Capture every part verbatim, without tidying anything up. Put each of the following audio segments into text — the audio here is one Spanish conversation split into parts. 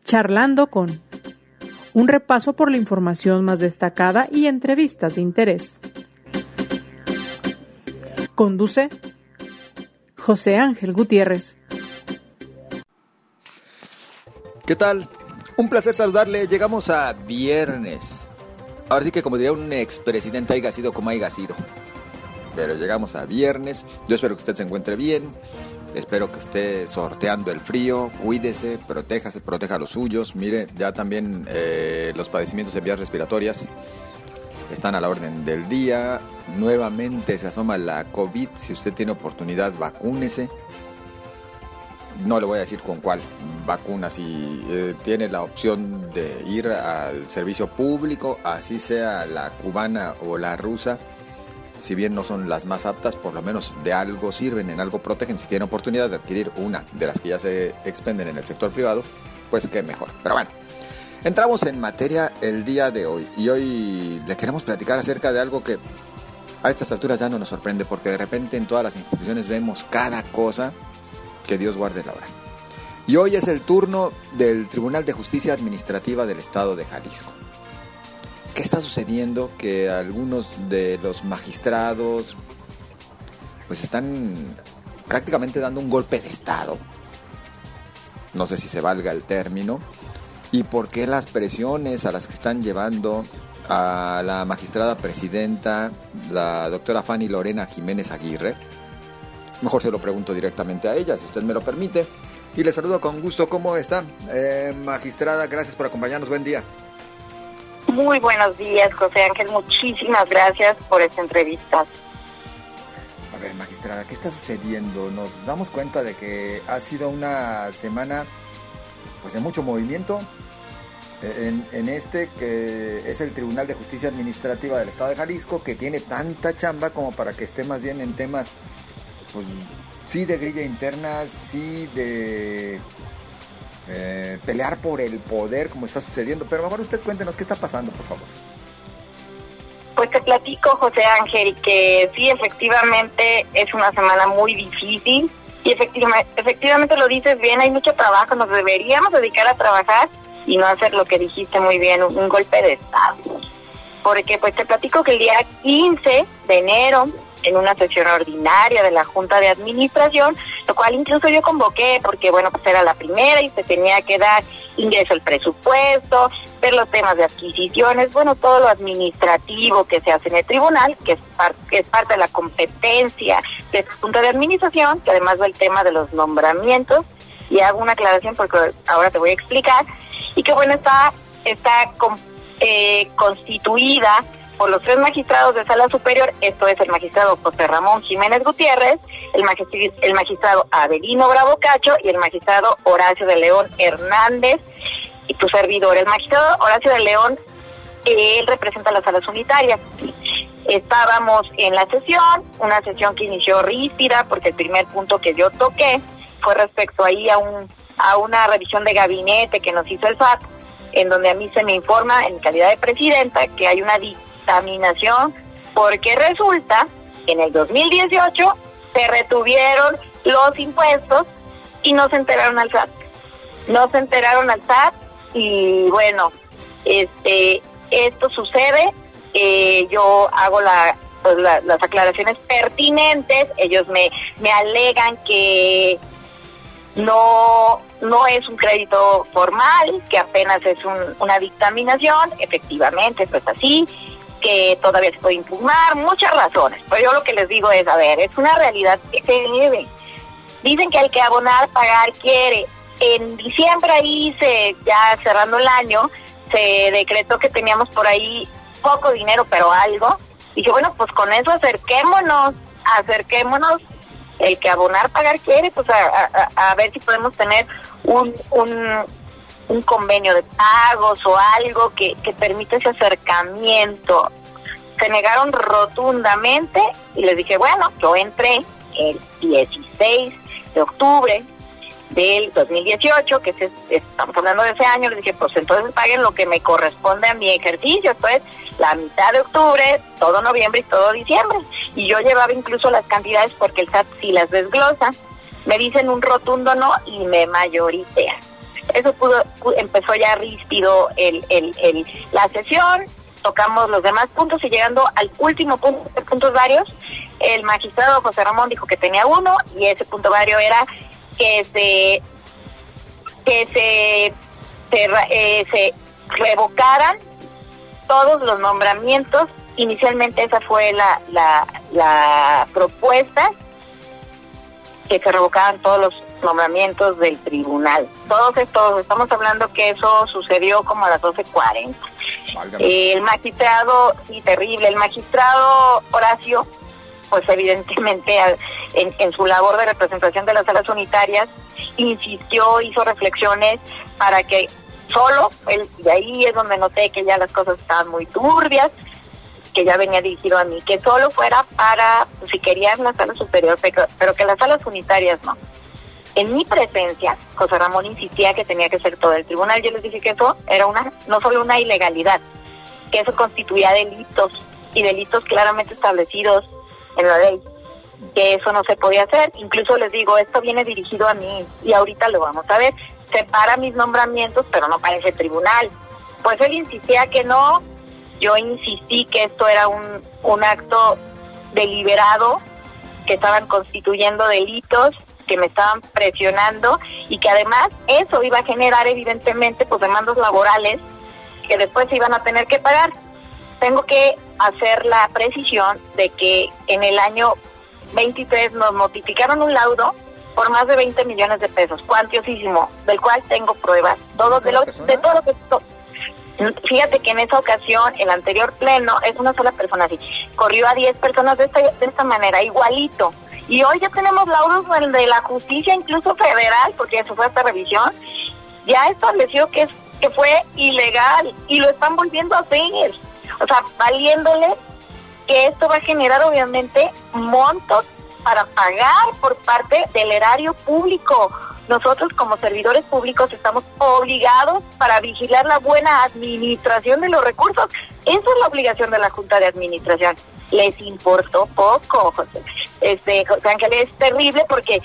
Charlando con un repaso por la información más destacada y entrevistas de interés. Conduce José Ángel Gutiérrez. ¿Qué tal? Un placer saludarle. Llegamos a viernes. Ahora sí que, como diría un expresidente, haya sido como haya sido. Pero llegamos a viernes. Yo espero que usted se encuentre bien. Espero que esté sorteando el frío. Cuídese, protéjase, proteja a los suyos. Mire, ya también eh, los padecimientos de vías respiratorias están a la orden del día. Nuevamente se asoma la COVID. Si usted tiene oportunidad, vacúnese. No le voy a decir con cuál vacuna. Si eh, tiene la opción de ir al servicio público, así sea la cubana o la rusa, si bien no son las más aptas, por lo menos de algo sirven, en algo protegen. Si tiene oportunidad de adquirir una de las que ya se expenden en el sector privado, pues qué mejor. Pero bueno, entramos en materia el día de hoy. Y hoy le queremos platicar acerca de algo que a estas alturas ya no nos sorprende, porque de repente en todas las instituciones vemos cada cosa. Que Dios guarde la hora. Y hoy es el turno del Tribunal de Justicia Administrativa del Estado de Jalisco. ¿Qué está sucediendo? Que algunos de los magistrados pues están prácticamente dando un golpe de estado. No sé si se valga el término. ¿Y por qué las presiones a las que están llevando a la magistrada presidenta, la doctora Fanny Lorena Jiménez Aguirre? Mejor se lo pregunto directamente a ella, si usted me lo permite. Y le saludo con gusto. ¿Cómo está, eh, magistrada? Gracias por acompañarnos. Buen día. Muy buenos días, José Ángel. Muchísimas gracias por esta entrevista. A ver, magistrada, ¿qué está sucediendo? Nos damos cuenta de que ha sido una semana pues de mucho movimiento en, en este que es el Tribunal de Justicia Administrativa del Estado de Jalisco, que tiene tanta chamba como para que esté más bien en temas, pues sí de grilla interna, sí de eh, pelear por el poder, como está sucediendo. Pero mejor usted cuéntenos qué está pasando, por favor. Pues te platico, José Ángel, que sí, efectivamente es una semana muy difícil y efectivamente, efectivamente lo dices bien, hay mucho trabajo, nos deberíamos dedicar a trabajar y no hacer lo que dijiste muy bien, un, un golpe de estado. Porque pues te platico que el día quince de enero, en una sesión ordinaria de la Junta de Administración, lo cual incluso yo convoqué porque, bueno, pues era la primera y se tenía que dar ingreso al presupuesto, ver los temas de adquisiciones, bueno, todo lo administrativo que se hace en el tribunal, que es, par- que es parte de la competencia de esta Junta de Administración, que además ve el tema de los nombramientos, y hago una aclaración porque ahora te voy a explicar, y que, bueno, está, está con, eh, constituida por los tres magistrados de sala superior. Esto es el magistrado José Ramón Jiménez Gutiérrez, el magistrado, el magistrado Avelino Bravo Cacho y el magistrado Horacio de León Hernández, y tu servidor. El magistrado Horacio de León, él representa las salas unitarias. Estábamos en la sesión, una sesión que inició ríspida, porque el primer punto que yo toqué fue respecto ahí a un a una revisión de gabinete que nos hizo el S A T, en donde a mí se me informa, en calidad de presidenta, que hay una dictaminación, porque resulta que en el dos mil dieciocho se retuvieron los impuestos y no se enteraron al S A T. No se enteraron al S A T y bueno, este esto sucede, eh, yo hago la, pues, la, las aclaraciones pertinentes, ellos me, me alegan que no no es un crédito formal, que apenas es un, una dictaminación. Efectivamente, esto es así, que todavía se puede impugnar, muchas razones, pero yo lo que les digo es, a ver, es una realidad que se debe. Dicen que el que abonar, pagar quiere. En diciembre ahí, se, ya cerrando el año, se decretó que teníamos por ahí poco dinero, pero algo. Y dije, bueno, pues con eso acerquémonos, acerquémonos. El que abonar, pagar quiere, pues a, a, a ver si podemos tener un, un, un convenio de pagos o algo que, que permita ese acercamiento. Se negaron rotundamente y les dije, bueno, yo entré el dieciséis de octubre del dos mil dieciocho, que es, estamos hablando de ese año, les dije, pues entonces paguen lo que me corresponde a mi ejercicio, pues la mitad de octubre, todo noviembre y todo diciembre. Y yo llevaba incluso las cantidades porque el S A T sí las desglosa. Me dicen un rotundo no y me mayoritean. Eso pudo, pudo empezó ya ríspido el, el, el, la sesión, tocamos los demás puntos y llegando al último punto de puntos varios, el magistrado José Ramón dijo que tenía uno y ese punto vario era que se que se se, eh, se revocaran todos los nombramientos. Inicialmente esa fue la, la, la propuesta, que se revocaran todos los nombramientos del tribunal. Todos estos, estamos hablando que eso sucedió como a las doce cuarenta. Eh, el magistrado, sí, terrible, el magistrado Horacio, pues evidentemente en, en su labor de representación de las salas unitarias, insistió, hizo reflexiones para que solo, él, y ahí es donde noté que ya las cosas estaban muy turbias, que ya venía dirigido a mí, que solo fuera para, si querían la sala superior, pero, pero que las salas unitarias no. En mi presencia, José Ramón insistía que tenía que ser todo el tribunal. Yo les dije que eso era una, no solo una ilegalidad, que eso constituía delitos, y delitos claramente establecidos en la ley, que eso no se podía hacer. Incluso les digo, esto viene dirigido a mí, y ahorita lo vamos a ver, separa mis nombramientos, pero no para ese tribunal. Pues él insistía que no, yo insistí que esto era un, un acto deliberado, que estaban constituyendo delitos, que me estaban presionando y que además eso iba a generar evidentemente pues demandas laborales que después se iban a tener que pagar. Tengo que hacer la precisión de que en el año veintitrés nos notificaron un laudo por más de veinte millones de pesos, cuantiosísimo, del cual tengo pruebas, todo de, lo, de todo lo que... To, fíjate que en esa ocasión, el anterior pleno, es una sola persona así, corrió a diez personas de esta, de esta manera, igualito. Y hoy ya tenemos laudos de la justicia, incluso federal, porque eso fue esta revisión, ya estableció que, es, que fue ilegal y lo están volviendo a hacer. O sea, valiéndole que esto va a generar obviamente montos para pagar por parte del erario público. Nosotros como servidores públicos estamos obligados para vigilar la buena administración de los recursos. Esa es la obligación de la Junta de Administración. Les importó poco, José. Este, José Ángel, es terrible porque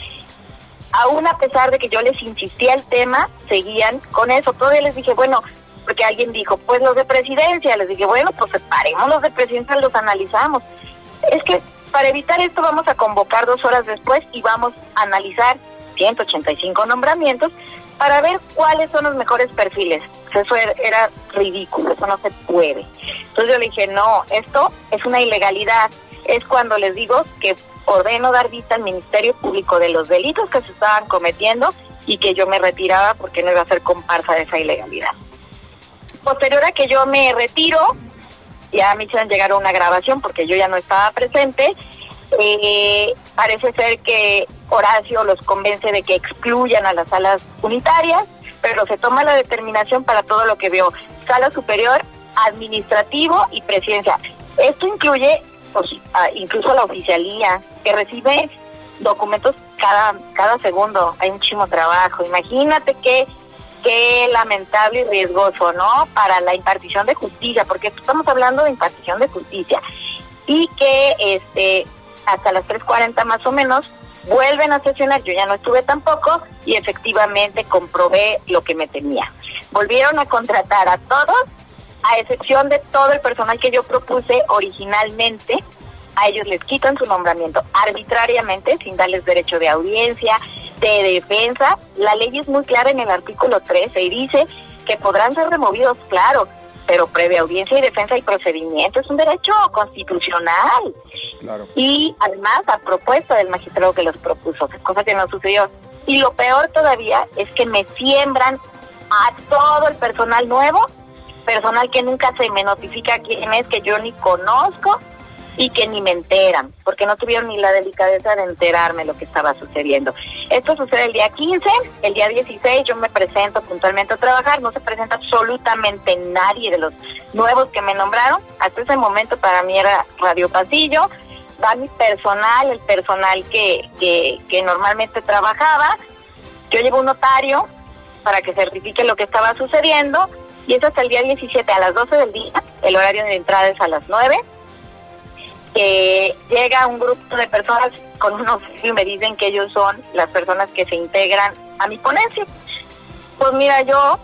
aún a pesar de que yo les insistía el tema, seguían con eso. Todavía les dije, bueno, porque alguien dijo, pues los de presidencia. Les dije, bueno, pues separemos los de presidencia, los analizamos. Es que para evitar esto vamos a convocar dos horas después y vamos a analizar ciento ochenta y cinco nombramientos para ver cuáles son los mejores perfiles. Eso era, era ridículo, eso no se puede. Entonces yo le dije, no, esto es una ilegalidad. Es cuando les digo que ordeno dar vista al Ministerio Público de los delitos que se estaban cometiendo y que yo me retiraba porque no iba a ser comparsa de esa ilegalidad. Posterior a que yo me retiro, ya me hicieron llegar a una grabación porque yo ya no estaba presente. Eh, parece ser que Horacio los convence de que excluyan a las salas unitarias, pero se toma la determinación para todo lo que veo, sala superior, administrativo y presidencia. Esto incluye pues, a, incluso a la oficialía, que recibe documentos cada cada segundo. Hay muchísimo trabajo. Imagínate qué qué lamentable y riesgoso, ¿no? Para la impartición de justicia, porque estamos hablando de impartición de justicia. Y que este hasta las tres cuarenta más o menos vuelven a sesionar, yo ya no estuve tampoco, y efectivamente comprobé lo que me temía. Volvieron a contratar a todos, a excepción de todo el personal que yo propuse originalmente. A ellos les quitan su nombramiento arbitrariamente, sin darles derecho de audiencia, de defensa. La ley es muy clara en el artículo trece y dice que podrán ser removidos, claro, pero previa audiencia y defensa y procedimiento. Es un derecho constitucional. Claro. Y además a propuesta del magistrado que los propuso, cosa que no sucedió. Y lo peor todavía es que me siembran a todo el personal nuevo, personal que nunca se me notifica quién es, que yo ni conozco y que ni me enteran, porque no tuvieron ni la delicadeza de enterarme lo que estaba sucediendo. Esto sucede el día quince, el día dieciséis yo me presento puntualmente a trabajar, no se presenta absolutamente nadie de los nuevos que me nombraron. Hasta ese momento para mí era Radio Pasillo, va mi personal, el personal que, que, que normalmente trabajaba. Yo llevo un notario para que certifique lo que estaba sucediendo, y es hasta el día diecisiete a las doce del día, el horario de entrada es a las nueve, que llega un grupo de personas con unos y me dicen que ellos son las personas que se integran a mi ponencia. Pues mira, yo,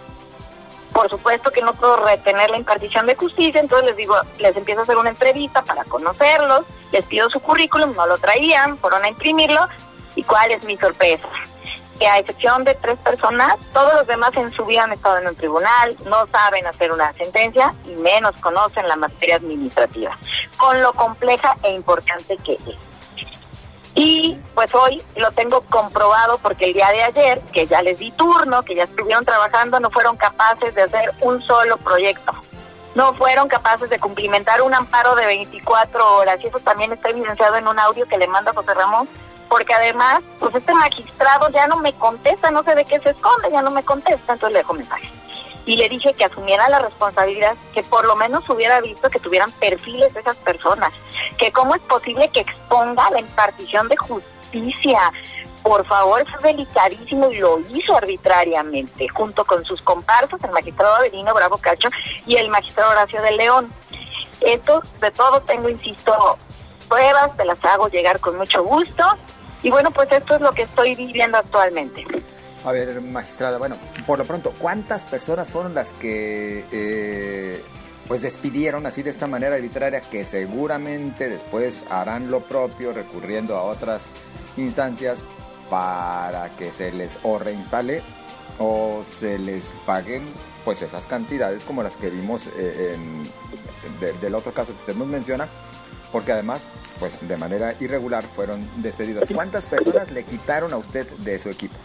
por supuesto que no puedo retener la impartición de justicia, entonces les digo, les empiezo a hacer una entrevista para conocerlos, les pido su currículum, no lo traían, fueron a imprimirlo, y ¿cuál es mi sorpresa? Que a excepción de tres personas, todos los demás en su vida han estado en un tribunal, no saben hacer una sentencia y menos conocen la materia administrativa, con lo compleja e importante que es. Y pues hoy lo tengo comprobado porque el día de ayer, que ya les di turno, que ya estuvieron trabajando, no fueron capaces de hacer un solo proyecto. No fueron capaces de cumplimentar un amparo de veinticuatro horas. Y eso también está evidenciado en un audio que le manda José Ramón, porque además, pues este magistrado ya no me contesta, no sé de qué se esconde, ya no me contesta, entonces le dejo mensaje. Y le dije que asumiera la responsabilidad, que por lo menos hubiera visto que tuvieran perfiles de esas personas, que cómo es posible que exponga la impartición de justicia. Por favor, eso es delicadísimo y lo hizo arbitrariamente, junto con sus comparsas, el magistrado Avelino Bravo Cacho y el magistrado Horacio de León. Esto, de todo tengo, insisto, pruebas, te las hago llegar con mucho gusto. Y bueno, pues esto es lo que estoy viviendo actualmente. A ver, magistrada, bueno, por lo pronto, ¿cuántas personas fueron las que eh, pues despidieron así de esta manera arbitraria, que seguramente después harán lo propio recurriendo a otras instancias para que se les o reinstale o se les paguen pues esas cantidades como las que vimos eh, en, de, del otro caso que usted nos menciona? Porque además, pues de manera irregular fueron despedidas. ¿Cuántas personas le quitaron a usted de su equipo?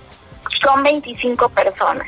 Son veinticinco personas.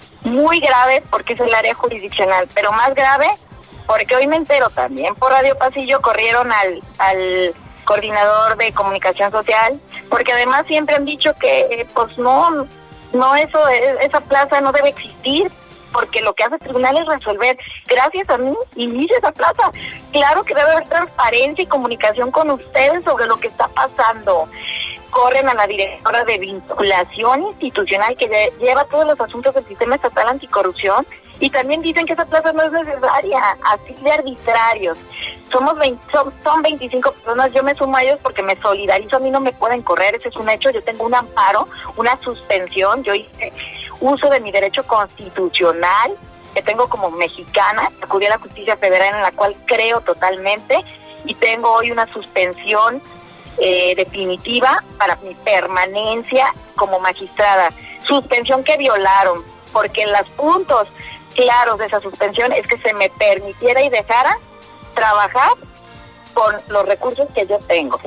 Muy grave porque es el área jurisdiccional, pero más grave porque hoy me entero también por Radio Pasillo, corrieron al, al coordinador de comunicación social, porque además siempre han dicho que pues no, no eso, esa plaza no debe existir, porque lo que hace el tribunal es resolver. Gracias a mí inicia esa plaza. Claro que debe haber transparencia y comunicación con ustedes sobre lo que está pasando. Corren a la directora de vinculación institucional que lleva todos los asuntos del sistema estatal anticorrupción y también dicen que esa plaza no es necesaria, así de arbitrarios. Somos veinte, son, son veinticinco personas, yo me sumo a ellos porque me solidarizo, a mí no me pueden correr, ese es un hecho, yo tengo un amparo, una suspensión, yo hice uso de mi derecho constitucional que tengo como mexicana, acudí a la justicia federal en la cual creo totalmente y tengo hoy una suspensión Eh, definitiva para mi permanencia como magistrada. Suspensión que violaron, porque en los puntos claros de esa suspensión es que se me permitiera y dejara trabajar con los recursos que yo tengo.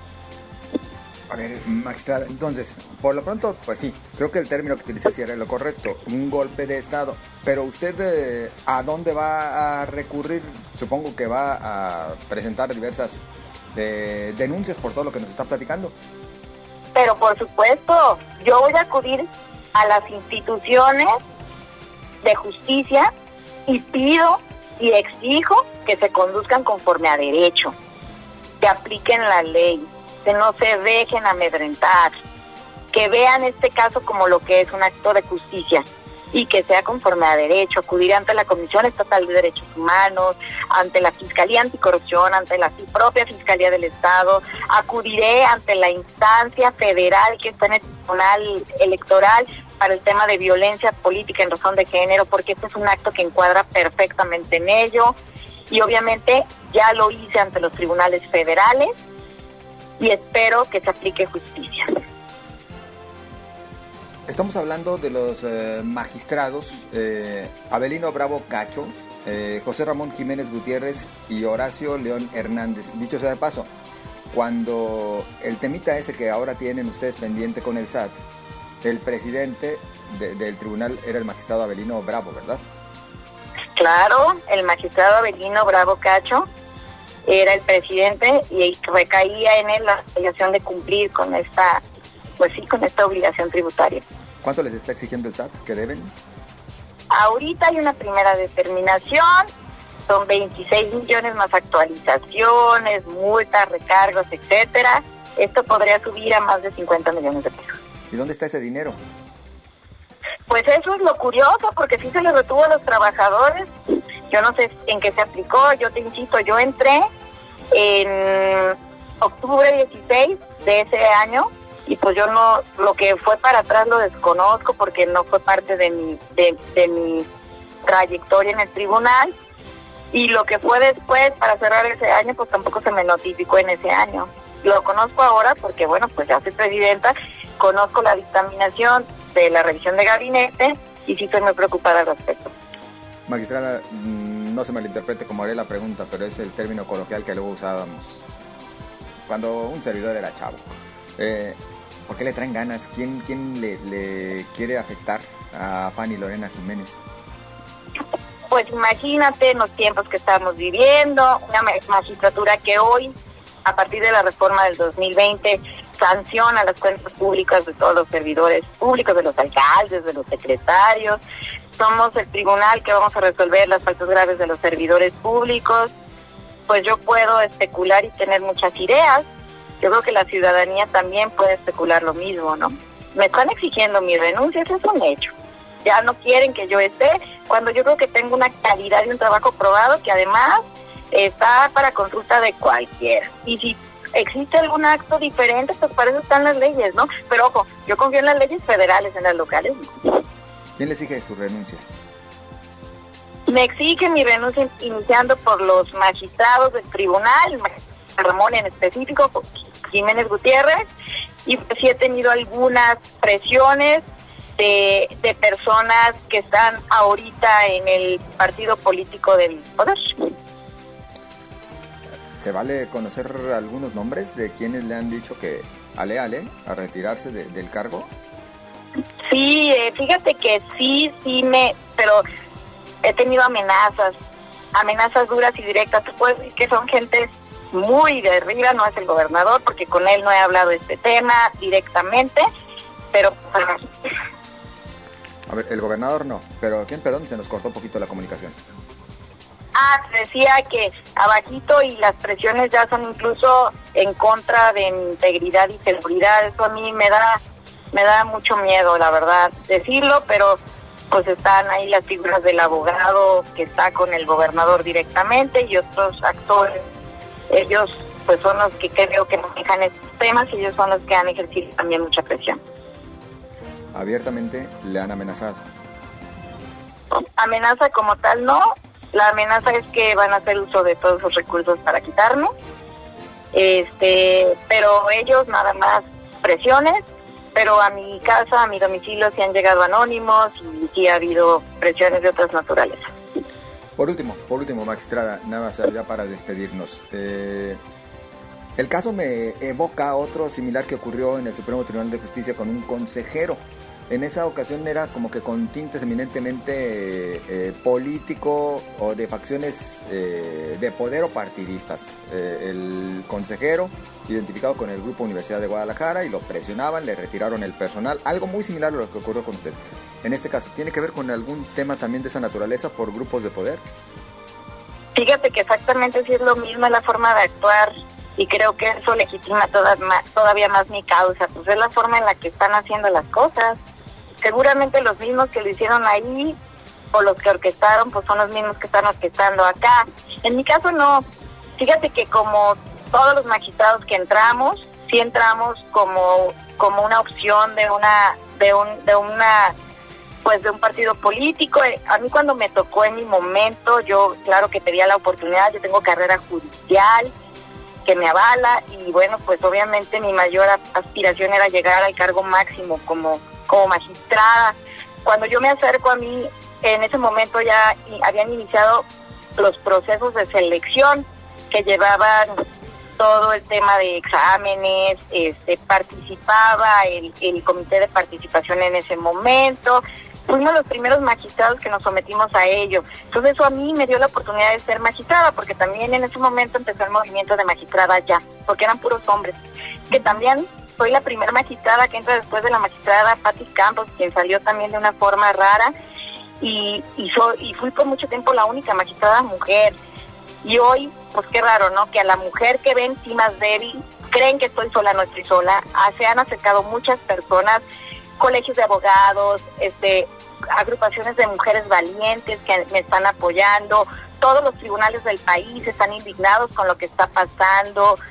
A ver, magistrada, entonces, por lo pronto, pues sí, creo que el término que utiliza sí era lo correcto, un golpe de Estado. Pero usted, eh, ¿a dónde va a recurrir? Supongo que va a presentar diversas de denuncias por todo lo que nos está platicando. Pero por supuesto, yo voy a acudir a las instituciones de justicia y pido y exijo que se conduzcan conforme a derecho, que apliquen la ley, que no se dejen amedrentar, que vean este caso como lo que es un acto de justicia y que sea conforme a derecho. Acudiré ante la Comisión Estatal de Derechos Humanos, ante la Fiscalía Anticorrupción, ante la propia Fiscalía del Estado, acudiré ante la instancia federal que está en el Tribunal Electoral para el tema de violencia política en razón de género, porque este es un acto que encuadra perfectamente en ello, y obviamente ya lo hice ante los tribunales federales y espero que se aplique justicia. Estamos hablando de los eh, magistrados eh, Avelino Bravo Cacho, eh, José Ramón Jiménez Gutiérrez y Horacio León Hernández. Dicho sea de paso, cuando el temita ese que ahora tienen ustedes pendiente con el S A T, el presidente de, del tribunal era el magistrado Avelino Bravo, ¿verdad? Claro, el magistrado Avelino Bravo Cacho era el presidente y recaía en él la obligación de cumplir con esta... Pues sí, con esta obligación tributaria. ¿Cuánto les está exigiendo el S A T que deben? Ahorita hay una primera determinación, son veintiséis millones más actualizaciones, multas, recargos, etcétera. Esto podría subir a más de cincuenta millones de pesos. ¿Y dónde está ese dinero? Pues eso es lo curioso, porque sí se le retuvo a los trabajadores. Yo no sé en qué se aplicó, yo te insisto, yo entré en octubre dieciséis de ese año y pues yo no, lo que fue para atrás lo desconozco porque no fue parte de mi, de, de mi trayectoria en el tribunal, y lo que fue después para cerrar ese año pues tampoco se me notificó en ese año. Lo conozco ahora porque bueno, pues ya soy presidenta, conozco la dictaminación de la revisión de gabinete y sí estoy muy preocupada al respecto. Magistrada, no se malinterprete como haré la pregunta, pero es el término coloquial que luego usábamos cuando un servidor era chavo. Eh, ¿Por qué le traen ganas? ¿Quién, quién le, le quiere afectar a Fanny Lorena Jiménez? Pues imagínate en los tiempos que estamos viviendo, una magistratura que hoy, a partir de la reforma del dos mil veinte, sanciona las cuentas públicas de todos los servidores públicos, de los alcaldes, de los secretarios. Somos el tribunal que vamos a resolver las faltas graves de los servidores públicos. Pues yo puedo especular y tener muchas ideas. Yo creo que la ciudadanía también puede especular lo mismo, ¿no? Me están exigiendo mi renuncia, eso es un hecho. Ya no quieren que yo esté, cuando yo creo que tengo una calidad y un trabajo probado que además está para consulta de cualquiera. Y si existe algún acto diferente, pues para eso están las leyes, ¿no? Pero ojo, yo confío en las leyes federales, en las locales, ¿no? ¿Quién le exige su renuncia? Me exige mi renuncia iniciando por los magistrados del tribunal, Ramón en específico, Jiménez Gutiérrez, y pues sí he tenido algunas presiones de, de personas que están ahorita en el partido político del poder. ¿Se vale conocer algunos nombres de quienes le han dicho que ale, ale, a retirarse de, del cargo? Sí, eh, fíjate que sí, sí me, pero he tenido amenazas, amenazas duras y directas. Tú puedes decir que son gente muy de arriba, no es el gobernador, porque con él no he hablado de este tema directamente, pero... A ver, el gobernador no, pero ¿quién? Perdón, se nos cortó un poquito la comunicación. Ah, decía que abajito y las presiones ya son incluso en contra de integridad y seguridad. Eso a mí me da me da mucho miedo, la verdad, decirlo, pero pues están ahí las figuras del abogado que está con el gobernador directamente y otros actores. Ellos pues son los que creo que manejan estos temas y ellos son los que han ejercido también mucha presión. Abiertamente le han amenazado. Amenaza como tal no, la amenaza es que van a hacer uso de todos sus recursos para quitarme, este, pero ellos nada más presiones, pero a mi casa, a mi domicilio sí han llegado anónimos y sí ha habido presiones de otras naturalezas. Por último, por último, magistrada, nada más ya para despedirnos. Eh, el caso me evoca otro similar que ocurrió en el Supremo Tribunal de Justicia con un consejero. En esa ocasión era como que con tintes eminentemente eh, político o de facciones eh, de poder o partidistas. Eh, el consejero, identificado con el Grupo Universidad de Guadalajara, y lo presionaban, le retiraron el personal. Algo muy similar a lo que ocurrió con usted. En este caso, ¿tiene que ver con algún tema también de esa naturaleza por grupos de poder? Fíjate que exactamente sí es lo mismo, es la forma de actuar. Y creo que eso legitima toda, todavía más mi causa. Pues es la forma en la que están haciendo las cosas. Seguramente los mismos que lo hicieron ahí o los que orquestaron, pues son los mismos que están orquestando acá. En mi caso no. Fíjate que como todos los magistrados que entramos, sí entramos como como una opción de una de un de una pues de un partido político. A mí cuando me tocó en mi momento, yo claro que pedía la oportunidad. Yo tengo carrera judicial que me avala y bueno, pues obviamente mi mayor aspiración era llegar al cargo máximo como como magistrada. Cuando yo me acerco a mí, en ese momento ya habían iniciado los procesos de selección que llevaban todo el tema de exámenes, este, participaba el, el comité de participación en ese momento. Fuimos los primeros magistrados que nos sometimos a ello. Entonces eso a mí me dio la oportunidad de ser magistrada, porque también en ese momento empezó el movimiento de magistrada ya, porque eran puros hombres, que también soy la primera magistrada que entra después de la magistrada Patti Campos, quien salió también de una forma rara, y y, soy, y fui por mucho tiempo la única magistrada mujer. Y hoy, pues qué raro, ¿no? Que a la mujer que ven sí más débil, creen que estoy sola, no estoy sola. Ah, se han acercado muchas personas, colegios de abogados, este, agrupaciones de mujeres valientes que me están apoyando. Todos los tribunales del país están indignados con lo que está pasando.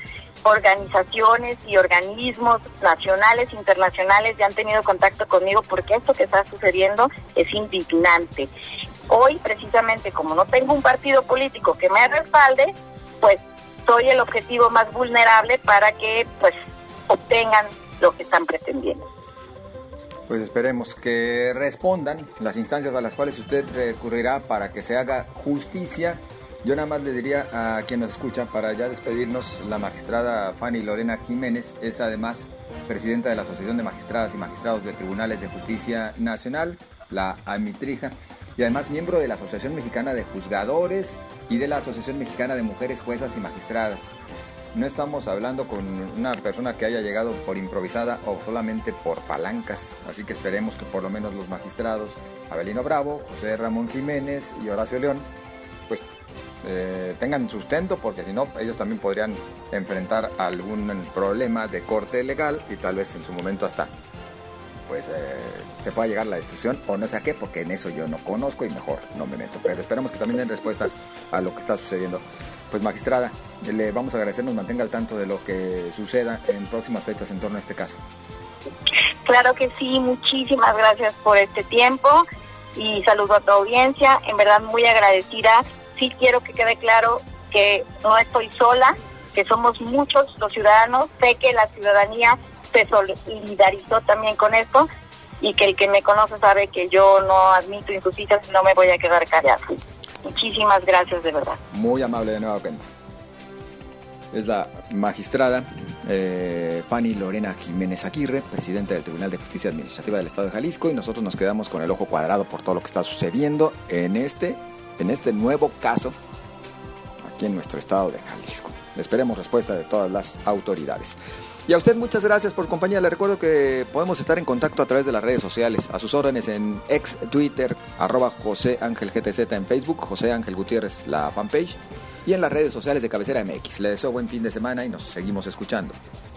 organizaciones y organismos nacionales, internacionales ya han tenido contacto conmigo porque esto que está sucediendo es indignante. Hoy, precisamente, como no tengo un partido político que me respalde, pues soy el objetivo más vulnerable para que pues obtengan lo que están pretendiendo. Pues esperemos que respondan las instancias a las cuales usted recurrirá para que se haga justicia. Yo nada más le diría a quien nos escucha, para ya despedirnos, la magistrada Fanny Lorena Jiménez es además presidenta de la Asociación de Magistradas y Magistrados de Tribunales de Justicia Nacional, la AMITRIJA, y además miembro de la Asociación Mexicana de Juzgadores y de la Asociación Mexicana de Mujeres Juezas y Magistradas. No estamos hablando con una persona que haya llegado por improvisada o solamente por palancas, así que esperemos que por lo menos los magistrados Abelino Bravo, José Ramón Jiménez y Horacio León pues eh, tengan sustento, porque si no ellos también podrían enfrentar algún problema de corte legal y tal vez en su momento hasta pues eh, se pueda llegar a la destrucción o no sé a qué, porque en eso yo no conozco y mejor no me meto, pero esperamos que también den respuesta a lo que está sucediendo. Pues magistrada, le vamos a agradecer, nos mantenga al tanto de lo que suceda en próximas fechas en torno a este caso. Claro que sí, muchísimas gracias por este tiempo y saludo a tu audiencia, en verdad muy agradecida. Sí quiero que quede claro que no estoy sola, que somos muchos los ciudadanos, sé que la ciudadanía se solidarizó también con esto y que el que me conoce sabe que yo no admito injusticias y no me voy a quedar callada. Muchísimas gracias, de verdad. Muy amable de nueva cuenta. Es la magistrada eh, Fanny Lorena Jiménez Aguirre, presidenta del Tribunal de Justicia Administrativa del Estado de Jalisco, y nosotros nos quedamos con el ojo cuadrado por todo lo que está sucediendo en este, en este nuevo caso aquí en nuestro estado de Jalisco. Esperemos respuesta de todas las autoridades. Y a usted muchas gracias por compañía. Le recuerdo que podemos estar en contacto a través de las redes sociales. A sus órdenes en ex Twitter, arroba José Ángel G T Z en Facebook, José Ángel Gutiérrez la fanpage, y en las redes sociales de Cabecera M X. Le deseo buen fin de semana y nos seguimos escuchando.